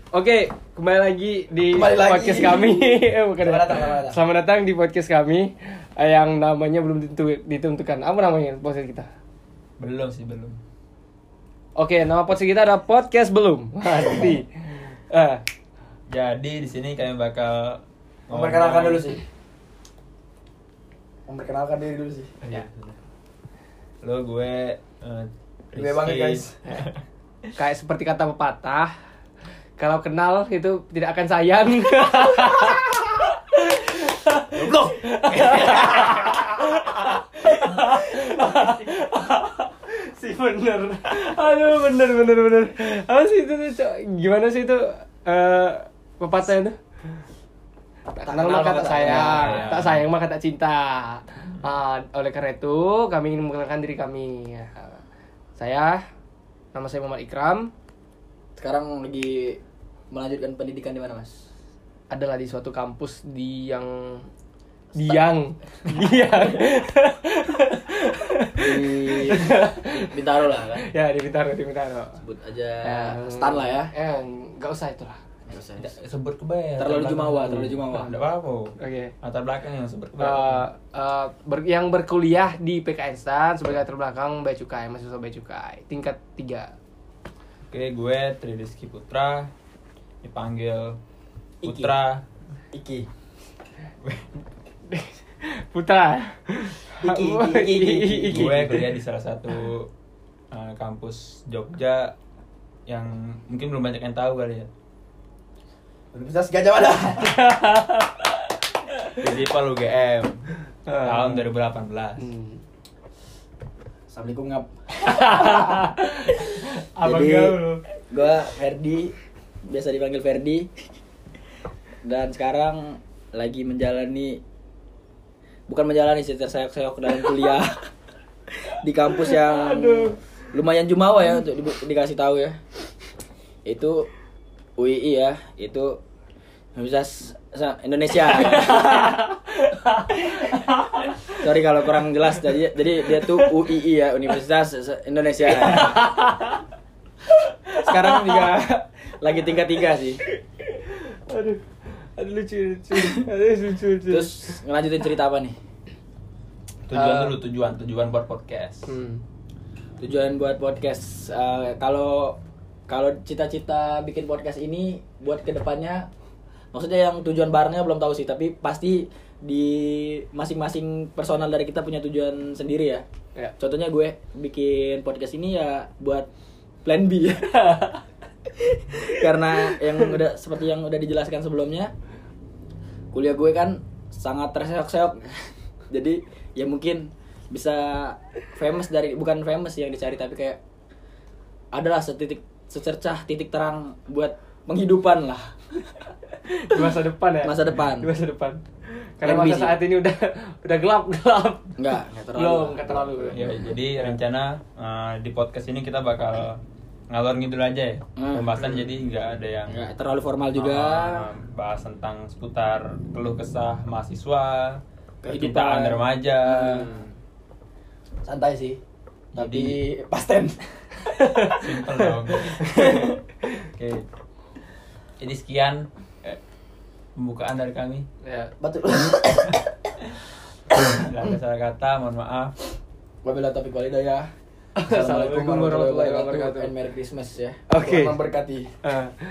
Oke, kembali lagi di podcast kami. Selamat datang di podcast kami yang namanya belum ditentukan. Apa namanya podcast kita? Belum. Oke, nama podcast kita ada podcast belum. Pasti. Jadi di sini kami bakal memperkenalkan diri dulu sih. Ya. Lo gue Gue banget guys. Kayak seperti kata pepatah, kalau kenal itu tidak akan sayang. Goblok. Si bener. Aduh, bener. Apa sih itu tuh, Cok? Gimana sih itu pepatah itu? Tak kenal maka tak sayang, tak sayang maka tak cinta. Oleh karena itu, kami ingin mengenalkan diri kami. Nama saya Muhammad Ikram. Sekarang lagi melanjutkan pendidikan di mana, Mas? Adalah di suatu kampus di di Bintaro lah kan. Ya, di Bintaro. Sebut aja Stan lah ya. Enggak usah itulah. sebut kebayang. Terlalu jumawa. Enggak apa-apa. Oke. Latar belakang yang sebut kebayang. Yang berkuliah di PKN Stan sebagai latar belakang Bea Cukai, mahasiswa Bea Cukai tingkat 3. Oke, gue Tridiski Putra, dipanggil Putra. Iki. Putra. Iki. Gue kuliah di salah satu kampus Jogja yang mungkin belum banyak yang tahu kali ya. Universitas Gajah Mada. Jadi Palu UGM tahun 2018. Assalamualaikum ngap. Abang Jadi, gaul. gue Ferdi, biasa dipanggil Ferdi. Dan sekarang lagi bukan menjalani sih, terseok-seok dalam kuliah di kampus yang lumayan jumawa ya untuk dikasih tahu ya. Itu UII ya, itu Universitas Indonesia. Sorry kalau kurang jelas, jadi dia tuh UII ya, Universitas Indonesia. Sekarang juga lagi tingkat 3 sih. Aduh lucu. Terus ngelanjutin cerita apa nih? Tujuan buat podcast. Tujuan buat podcast, kalau cita-cita bikin podcast ini buat kedepannya, maksudnya yang tujuan barengnya belum tahu sih, tapi pasti di masing-masing personal dari kita punya tujuan sendiri ya. Contohnya gue bikin podcast ini ya buat plan B. Karena seperti yang udah dijelaskan sebelumnya, kuliah gue kan sangat terseok-seok. Jadi ya mungkin bisa bukan famous yang dicari, tapi kayak adalah secercah titik terang buat penghidupan lah. Di masa depan ya? Di masa depan. Karena masa saat ini udah gelap. Enggak terlalu. Ya, jadi rencana di podcast ini kita bakal ngalor ngidul aja ya. Pembahasan jadi nggak ada yang nggak terlalu formal juga. Bahas tentang seputar keluh kesah mahasiswa, kehidupan remaja. Santai sih. Tapi pasten. Simple dong. Oke. Jadi sekian pembukaan dari kami. Ya, betul. Nggak ada salah kata, mohon maaf. Wabillahi taufiq wal hidayah. Assalamualaikum warahmatullahi wabarakatuh. And Merry Christmas ya. Oke. Tuhan memberkati.